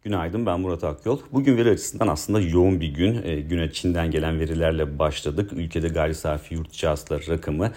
Günaydın, ben Murat Akyol. Bugün veri açısından aslında yoğun bir gün. Güne Çin'den gelen verilerle başladık. Ülkede gayri safi yurt içi hasıla rakamı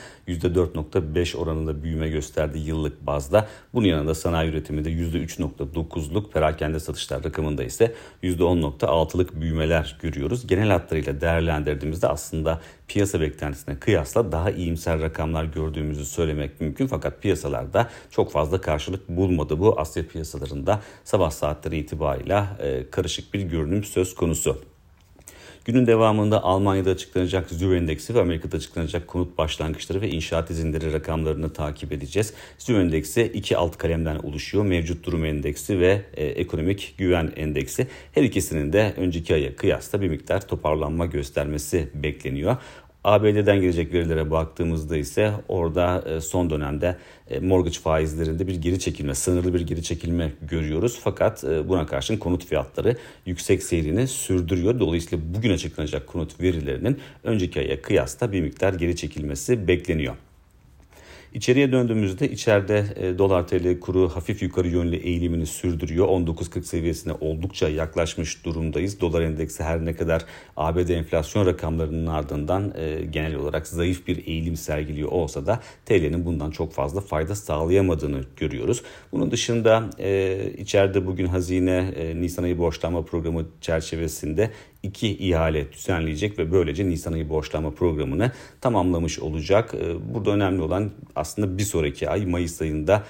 %4,5 oranında büyüme gösterdi yıllık bazda. Bunun yanında sanayi üretiminde %3,9'luk, perakende satışlar rakamında ise %10,6'lık büyümeler görüyoruz. Genel hatlarıyla değerlendirdiğimizde aslında piyasa beklentisine kıyasla daha iyimser rakamlar gördüğümüzü söylemek mümkün. Fakat piyasalarda çok fazla karşılık bulmadı bu. Asya piyasalarında sabah saatleri itibariyle karışık bir görünüm söz konusu. Günün devamında Almanya'da açıklanacak ZÜV endeksi ve Amerika'da açıklanacak konut başlangıçları ve inşaat izinleri rakamlarını takip edeceğiz. ZÜV endeksi 2 alt kalemden oluşuyor. Mevcut durum endeksi ve ekonomik güven endeksi. Her ikisinin de önceki aya kıyasla bir miktar toparlanma göstermesi bekleniyor. ABD'den gelecek verilere baktığımızda ise orada son dönemde mortgage faizlerinde bir geri çekilme, sınırlı bir geri çekilme görüyoruz. Fakat buna karşın konut fiyatları yüksek seyrini sürdürüyor. Dolayısıyla bugün açıklanacak konut verilerinin önceki aya kıyasla bir miktar geri çekilmesi bekleniyor. İçeriye döndüğümüzde içeride dolar TL kuru hafif yukarı yönlü eğilimini sürdürüyor. 19.40 seviyesine oldukça yaklaşmış durumdayız. Dolar endeksi her ne kadar ABD enflasyon rakamlarının ardından genel olarak zayıf bir eğilim sergiliyor olsa da TL'nin bundan çok fazla fayda sağlayamadığını görüyoruz. Bunun dışında içeride bugün Hazine Nisan ayı borçlanma programı çerçevesinde 2 ihale düzenleyecek ve böylece Nisan ayı borçlanma programını tamamlamış olacak. Burada önemli olan aslında bir sonraki ay Mayıs ayında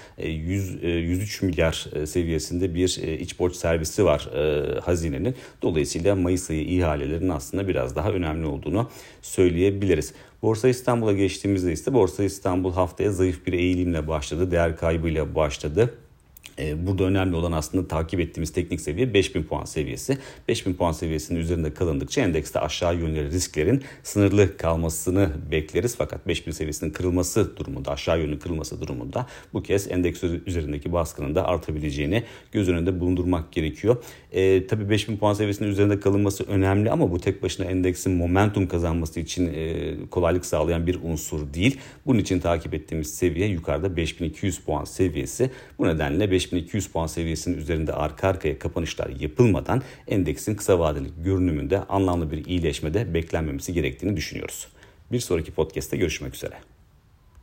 103 milyar seviyesinde bir iç borç servisi var hazinenin. Dolayısıyla Mayıs ayı ihalelerinin aslında biraz daha önemli olduğunu söyleyebiliriz. Borsa İstanbul'a geçtiğimizde ise Borsa İstanbul haftaya zayıf bir eğilimle başladı. Değer kaybıyla başladı. Burada önemli olan aslında takip ettiğimiz teknik seviye 5000 puan seviyesi. 5000 puan seviyesinin üzerinde kalındıkça endekste aşağı yönlü risklerin sınırlı kalmasını bekleriz. Fakat 5000 seviyesinin kırılması durumunda, aşağı yönlü kırılması durumunda bu kez endeks üzerindeki baskının da artabileceğini göz önünde bulundurmak gerekiyor. Tabii 5000 puan seviyesinin üzerinde kalınması önemli ama bu tek başına endeksin momentum kazanması için kolaylık sağlayan bir unsur değil. Bunun için takip ettiğimiz seviye yukarıda 5200 puan seviyesi. Bu nedenle 5200 puan seviyesinin üzerinde arka arkaya kapanışlar yapılmadan endeksin kısa vadeli görünümünde anlamlı bir iyileşmede beklenmemesi gerektiğini düşünüyoruz. Bir sonraki podcast'te görüşmek üzere.